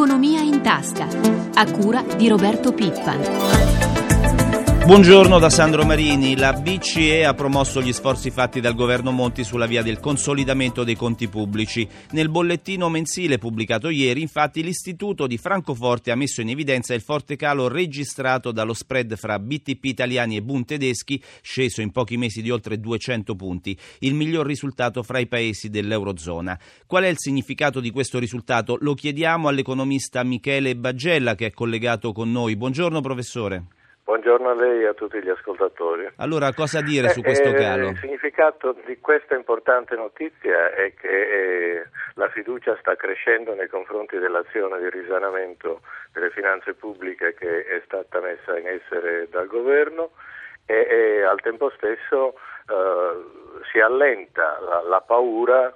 Economia in tasca, a cura di Roberto Pippan. Buongiorno da Sandro Marini. La BCE ha promosso gli sforzi fatti dal governo Monti sulla via del consolidamento dei conti pubblici. Nel bollettino mensile pubblicato ieri, infatti, l'Istituto di Francoforte ha messo in evidenza il forte calo registrato dallo spread fra BTP italiani e Bund tedeschi, sceso in pochi mesi di oltre 200 punti, il miglior risultato fra i paesi dell'Eurozona. Qual è il significato di questo risultato? Lo chiediamo all'economista Michele Baggella, che è collegato con noi. Buongiorno professore. Buongiorno a lei e a tutti gli ascoltatori. Allora, cosa dire su questo calo? Il significato di questa importante notizia è che la fiducia sta crescendo nei confronti dell'azione di risanamento delle finanze pubbliche che è stata messa in essere dal governo e al tempo stesso si allenta la paura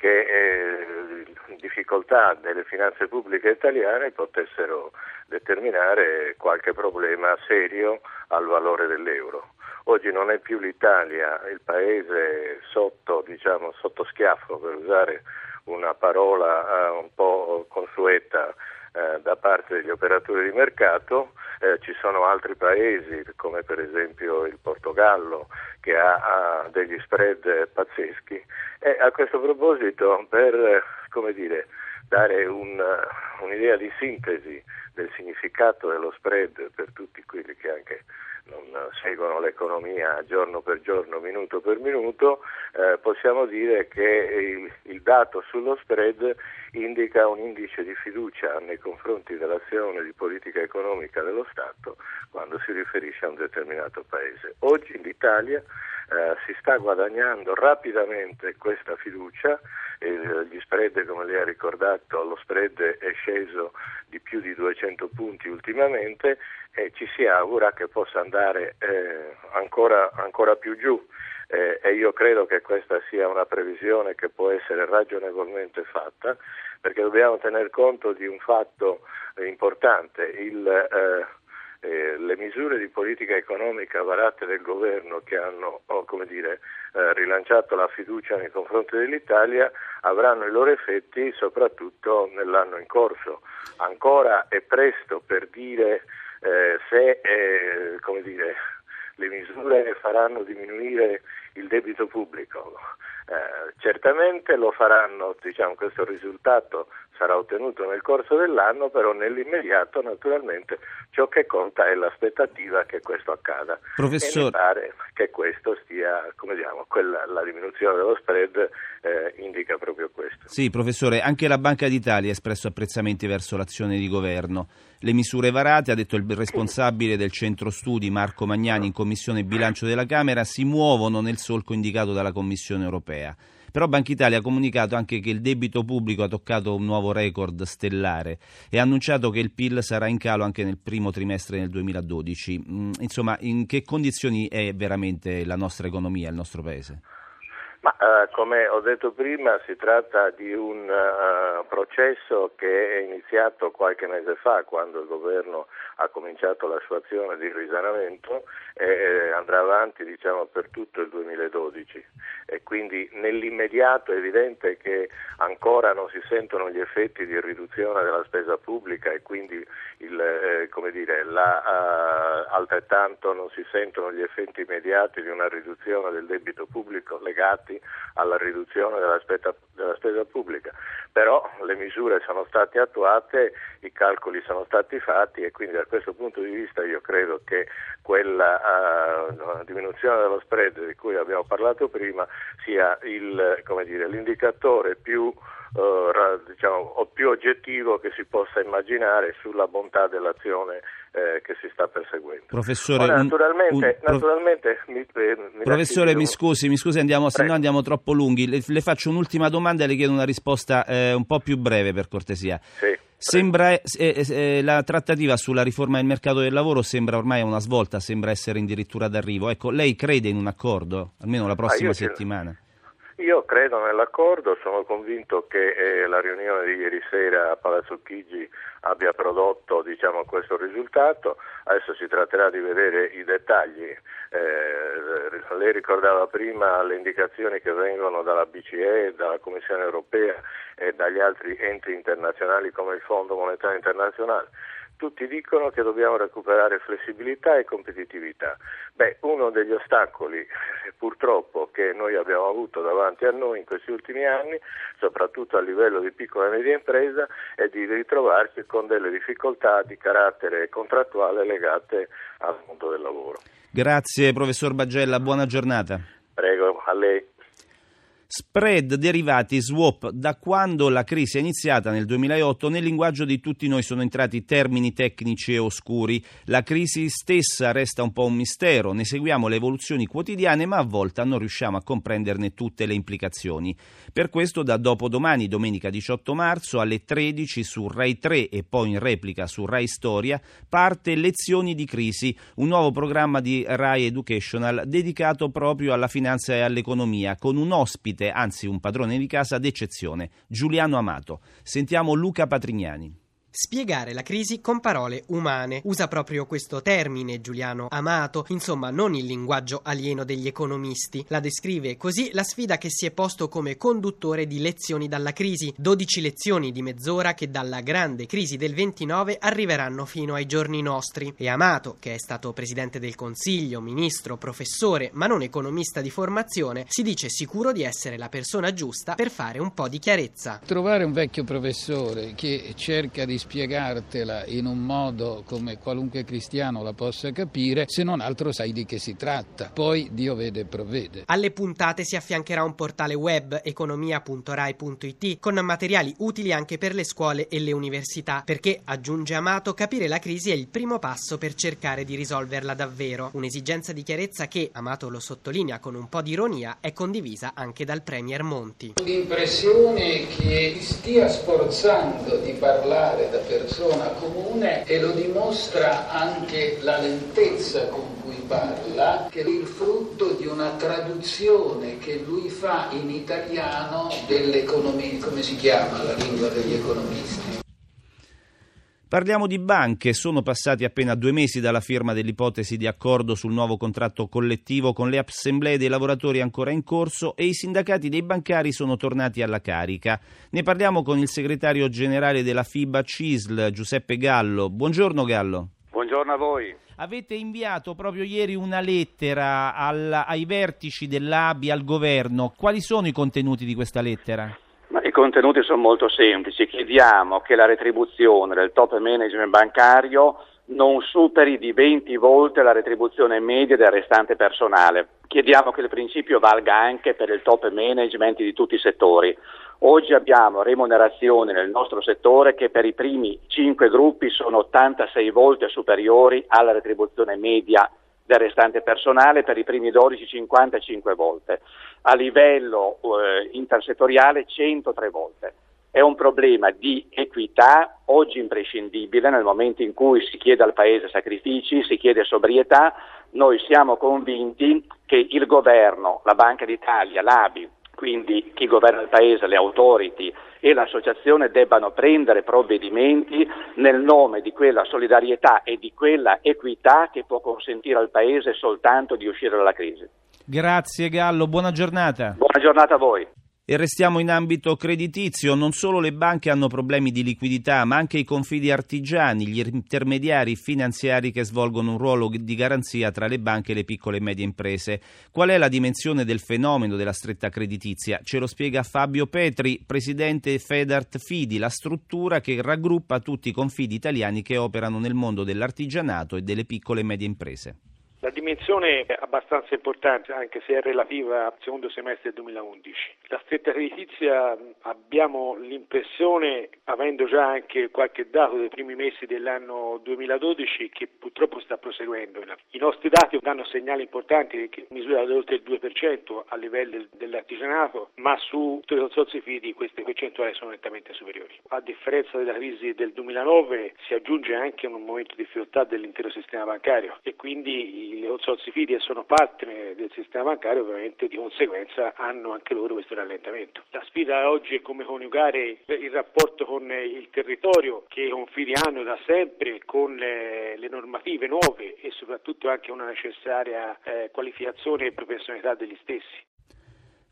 che difficoltà delle finanze pubbliche italiane potessero determinare qualche problema serio al valore dell'euro. Oggi non è più l'Italia il paese sotto schiaffo, per usare una parola un po' consueta da parte degli operatori di mercato. Ci sono altri paesi come per esempio il Portogallo che ha degli spread pazzeschi e a questo proposito, per dare un'idea di sintesi del significato dello spread per tutti quelli che anche non seguono l'economia giorno per giorno, minuto per minuto, possiamo dire che il dato sullo spread indica un indice di fiducia nei confronti dell'azione di politica economica dello Stato quando si riferisce a un determinato paese. Oggi l'Italia si sta guadagnando rapidamente questa fiducia, gli spread, come lei ha ricordato, lo spread è sceso di più di 200 punti ultimamente e ci si augura che possa andare ancora più giù e io credo che questa sia una previsione che può essere ragionevolmente fatta, perché dobbiamo tener conto di un fatto importante. Le misure di politica economica varate del governo che hanno rilanciato la fiducia nei confronti dell'Italia avranno i loro effetti soprattutto nell'anno in corso. Ancora è presto per dire se le misure faranno diminuire il debito pubblico. Certamente lo faranno, questo risultato sarà ottenuto nel corso dell'anno, però nell'immediato naturalmente ciò che conta è l'aspettativa che questo accada. Professor... E mi pare che questo stia, la diminuzione dello spread indica proprio questo. Sì, professore, anche la Banca d'Italia ha espresso apprezzamenti verso l'azione di governo. Le misure varate, ha detto il responsabile del centro studi Marco Magnani in Commissione Bilancio della Camera, si muovono nel solco indicato dalla Commissione europea. Però Banca Italia ha comunicato anche che il debito pubblico ha toccato un nuovo record stellare e ha annunciato che il PIL sarà in calo anche nel primo trimestre del 2012. Insomma, in che condizioni è veramente la nostra economia, il nostro paese? Ma come ho detto prima, si tratta di un processo che è iniziato qualche mese fa, quando il governo ha cominciato la sua azione di risanamento e andrà avanti per tutto il 2012 e quindi nell'immediato è evidente che ancora non si sentono gli effetti di riduzione della spesa pubblica e quindi altrettanto non si sentono gli effetti immediati di una riduzione del debito pubblico legati alla riduzione della spesa pubblica, però le misure sono state attuate, i calcoli sono stati fatti e quindi da questo punto di vista io credo che quella diminuzione dello spread di cui abbiamo parlato prima sia l'indicatore più più oggettivo che si possa immaginare sulla bontà dell'azione che si sta perseguendo. Professore, professore, mi scusi, se no andiamo troppo lunghi. Le faccio un'ultima domanda e le chiedo una risposta un po' più breve, per cortesia. Sì. Sembra la trattativa sulla riforma del mercato del lavoro sembra ormai una svolta, sembra essere addirittura d'arrivo. Ecco, lei crede in un accordo, almeno la prossima settimana? Io credo nell'accordo, sono convinto che la riunione di ieri sera a Palazzo Chigi abbia prodotto questo risultato. Adesso si tratterà di vedere i dettagli. Lei ricordava prima le indicazioni che vengono dalla BCE, dalla Commissione europea e agli altri enti internazionali come il Fondo Monetario Internazionale. Tutti dicono che dobbiamo recuperare flessibilità e competitività. Uno degli ostacoli purtroppo che noi abbiamo avuto davanti a noi in questi ultimi anni, soprattutto a livello di piccola e media impresa, è di ritrovarsi con delle difficoltà di carattere contrattuale legate al mondo del lavoro. Grazie professor Baggella, buona giornata. Prego, a lei. Spread, derivati, swap. Da quando la crisi è iniziata nel 2008 nel linguaggio di tutti noi sono entrati termini tecnici e oscuri. La crisi stessa resta un po' un mistero, ne seguiamo le evoluzioni quotidiane ma a volte non riusciamo a comprenderne tutte le implicazioni. Per questo da dopodomani, domenica 18 marzo alle 13 su Rai 3 e poi in replica su Rai Storia parte Lezioni di crisi, un nuovo programma di Rai Educational dedicato proprio alla finanza e all'economia con un ospite, anzi un padrone di casa d'eccezione, Giuliano Amato. Sentiamo Luca Patrignani. Spiegare la crisi con parole umane. Usa proprio questo termine Giuliano Amato, insomma non il linguaggio alieno degli economisti. La descrive così la sfida che si è posto come conduttore di Lezioni dalla crisi, 12 lezioni di mezz'ora che dalla grande crisi del 29 arriveranno fino ai giorni nostri. E Amato, che è stato presidente del Consiglio, ministro, professore, ma non economista di formazione, si dice sicuro di essere la persona giusta per fare un po' di chiarezza. Trovare un vecchio professore che cerca di spiegartela in un modo come qualunque cristiano la possa capire, se non altro sai di che si tratta. Poi Dio vede e provvede. Alle puntate si affiancherà un portale web, economia.rai.it, con materiali utili anche per le scuole e le università, perché, aggiunge Amato, capire la crisi è il primo passo per cercare di risolverla davvero. Un'esigenza di chiarezza che, Amato lo sottolinea con un po' di ironia, è condivisa anche dal premier Monti. L'impressione che stia sforzando di parlare da persona comune, e lo dimostra anche la lentezza con cui parla, che è il frutto di una traduzione che lui fa in italiano dell'economia, come si chiama la lingua degli economisti. Parliamo di banche. Sono passati appena 2 mesi dalla firma dell'ipotesi di accordo sul nuovo contratto collettivo con le assemblee dei lavoratori ancora in corso e i sindacati dei bancari sono tornati alla carica. Ne parliamo con il segretario generale della FIBA CISL, Giuseppe Gallo. Buongiorno Gallo. Buongiorno a voi. Avete inviato proprio ieri una lettera ai vertici dell'ABI, al governo. Quali sono i contenuti di questa lettera? I contenuti sono molto semplici. Chiediamo che la retribuzione del top management bancario non superi di 20 volte la retribuzione media del restante personale. Chiediamo che il principio valga anche per il top management di tutti i settori. Oggi abbiamo remunerazioni nel nostro settore che per i primi 5 gruppi sono 86 volte superiori alla retribuzione media del restante personale, per i primi 12 55 volte, a livello intersettoriale 103 volte. È un problema di equità oggi imprescindibile nel momento in cui si chiede al Paese sacrifici, si chiede sobrietà. Noi siamo convinti che il governo, la Banca d'Italia, l'ABI, quindi chi governa il Paese, le authority e l'associazione debbano prendere provvedimenti nel nome di quella solidarietà e di quella equità che può consentire al Paese soltanto di uscire dalla crisi. Grazie Gallo, buona giornata. Buona giornata a voi. E restiamo in ambito creditizio. Non solo le banche hanno problemi di liquidità, ma anche i confidi artigiani, gli intermediari finanziari che svolgono un ruolo di garanzia tra le banche e le piccole e medie imprese. Qual è la dimensione del fenomeno della stretta creditizia? Ce lo spiega Fabio Petri, presidente Fedart Fidi, la struttura che raggruppa tutti i confidi italiani che operano nel mondo dell'artigianato e delle piccole e medie imprese. La dimensione è abbastanza importante, anche se è relativa al secondo semestre del 2011. La stretta creditizia abbiamo l'impressione, avendo già anche qualche dato dei primi mesi dell'anno 2012, che purtroppo sta proseguendo. I nostri dati danno segnali importanti che misurano oltre il 2% a livello dell'artigianato, ma su tutti i consorzi fidi queste percentuali sono nettamente superiori. A differenza della crisi del 2009 si aggiunge anche un momento di difficoltà dell'intero sistema bancario e quindi i consorzi fidi sono partner del sistema bancario, ovviamente di conseguenza hanno anche loro questo rallentamento. La sfida oggi è come coniugare il rapporto con il territorio che i confidi hanno da sempre con le normative nuove e soprattutto anche una necessaria qualificazione e professionalità degli stessi.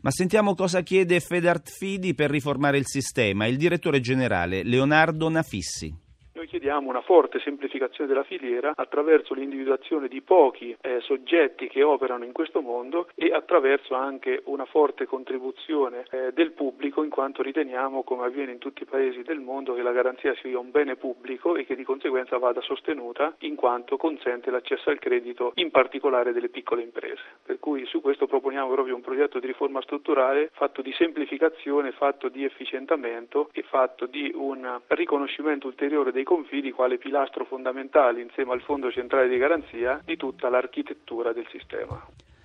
Ma sentiamo cosa chiede Fedartfidi per riformare il sistema. Il direttore generale Leonardo Nafissi. Noi chiediamo una forte semplificazione della filiera attraverso l'individuazione di pochi soggetti che operano in questo mondo e attraverso anche una forte contribuzione del pubblico, in quanto riteniamo, come avviene in tutti i paesi del mondo, che la garanzia sia un bene pubblico e che di conseguenza vada sostenuta, in quanto consente l'accesso al credito, in particolare delle piccole imprese. Per cui su questo proponiamo proprio un progetto di riforma strutturale fatto di semplificazione, fatto di efficientamento e fatto di un riconoscimento ulteriore dei confidi quale pilastro fondamentale, insieme al Fondo Centrale di Garanzia, di tutta l'architettura del sistema.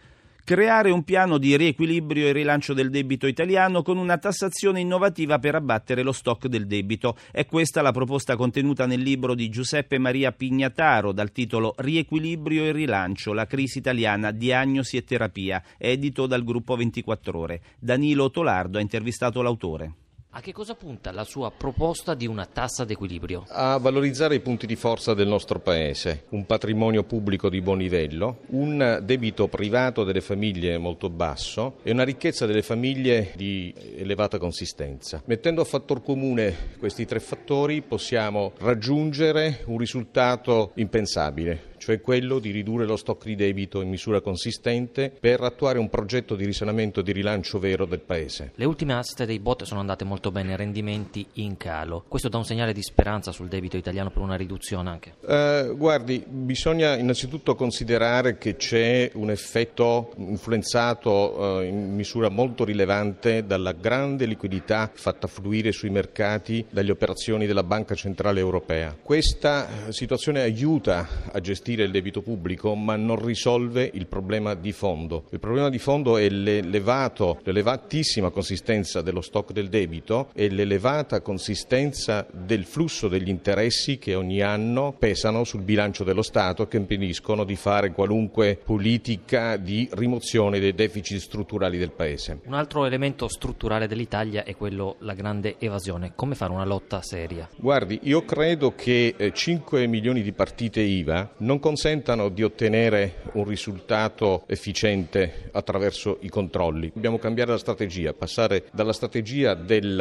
Creare un piano di riequilibrio e rilancio del debito italiano con una tassazione innovativa per abbattere lo stock del debito. È questa la proposta contenuta nel libro di Giuseppe Maria Pignataro dal titolo Riequilibrio e rilancio, la crisi italiana, diagnosi e terapia, edito dal gruppo 24 Ore. Danilo Tolardo ha intervistato l'autore. A che cosa punta la sua proposta di una tassa d'equilibrio? A valorizzare i punti di forza del nostro Paese, un patrimonio pubblico di buon livello, un debito privato delle famiglie molto basso e una ricchezza delle famiglie di elevata consistenza. Mettendo a fattor comune questi tre fattori possiamo raggiungere un risultato impensabile, cioè quello di ridurre lo stock di debito in misura consistente per attuare un progetto di risanamento e di rilancio vero del Paese. Le ultime aste dei BOT sono andate molto bene, rendimenti in calo. Questo dà un segnale di speranza sul debito italiano per una riduzione anche? Guardi, bisogna innanzitutto considerare che c'è un effetto influenzato in misura molto rilevante dalla grande liquidità fatta fluire sui mercati dalle operazioni della Banca Centrale Europea. Questa situazione aiuta a gestire il debito pubblico, ma non risolve il problema di fondo. Il problema di fondo è l'elevatissima consistenza dello stock del debito e l'elevata consistenza del flusso degli interessi che ogni anno pesano sul bilancio dello Stato e che impediscono di fare qualunque politica di rimozione dei deficit strutturali del Paese. Un altro elemento strutturale dell'Italia è la grande evasione. Come fare una lotta seria? Guardi, io credo che 5 milioni di partite IVA non consentano di ottenere un risultato efficiente attraverso i controlli. Dobbiamo cambiare la strategia, passare dalla strategia della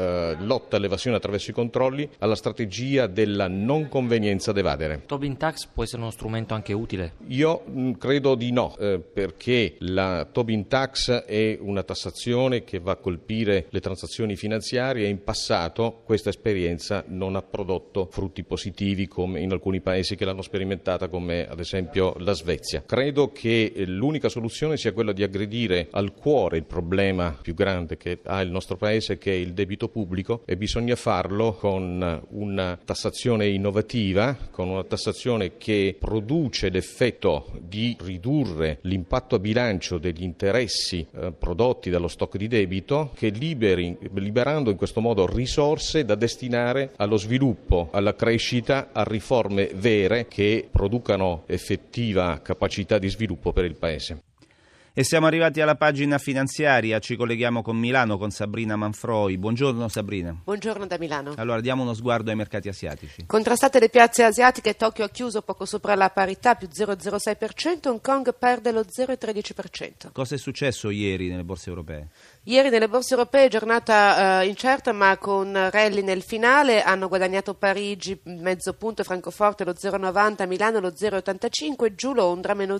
lotta all'evasione attraverso i controlli alla strategia della non convenienza ad evadere. Tobin Tax può essere uno strumento anche utile? Io credo di no, perché la Tobin Tax è una tassazione che va a colpire le transazioni finanziarie e in passato questa esperienza non ha prodotto frutti positivi come in alcuni paesi che l'hanno sperimentata, come ad esempio la Svezia. Credo che l'unica soluzione sia quella di aggredire al cuore il problema più grande che ha il nostro Paese, che è il debito pubblico, e bisogna farlo con una tassazione innovativa, con una tassazione che produce l'effetto di ridurre l'impatto a bilancio degli interessi prodotti dallo stock di debito, che liberando in questo modo risorse da destinare allo sviluppo, alla crescita, a riforme vere che producano effettiva capacità di sviluppo per il Paese. E siamo arrivati alla pagina finanziaria, ci colleghiamo con Milano con Sabrina Manfroi. Buongiorno Sabrina. Buongiorno da Milano. Allora diamo uno sguardo ai mercati asiatici. Contrastate le piazze asiatiche, Tokyo ha chiuso poco sopra la parità, più 0,06%, Hong Kong perde lo 0,13%. Cosa è successo ieri nelle borse europee? Ieri nelle borse europee giornata incerta ma con rally nel finale, hanno guadagnato Parigi mezzo punto, Francoforte lo 0,90, Milano lo 0,85, giù Londra meno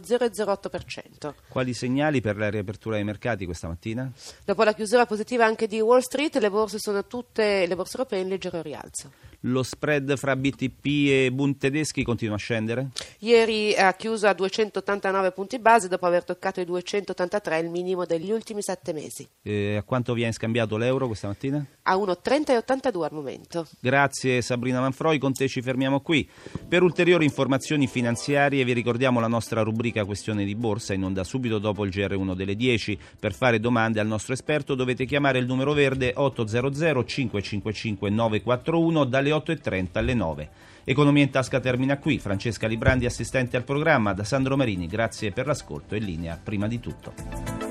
0,08%. Quali segnali per la riapertura dei mercati questa mattina? Dopo la chiusura positiva anche di Wall Street, le borse sono tutte le borse europee in leggero rialzo. Lo spread fra BTP e Bund tedeschi continua a scendere? Ieri ha chiuso a 289 punti base dopo aver toccato i 283, il minimo degli ultimi 7 mesi. A quanto viene scambiato l'euro questa mattina? A 1,30,82 al momento. Grazie Sabrina Manfroi, con te ci fermiamo qui. Per ulteriori informazioni finanziarie vi ricordiamo la nostra rubrica Questione di Borsa, in onda subito dopo il GR1 delle 10. Per fare domande al nostro esperto dovete chiamare il numero verde 800 555 941 dalle 8.30 alle 9. Economia in tasca termina qui. Francesca Librandi, assistente al programma, da Sandro Marini. Grazie per l'ascolto e linea prima di tutto.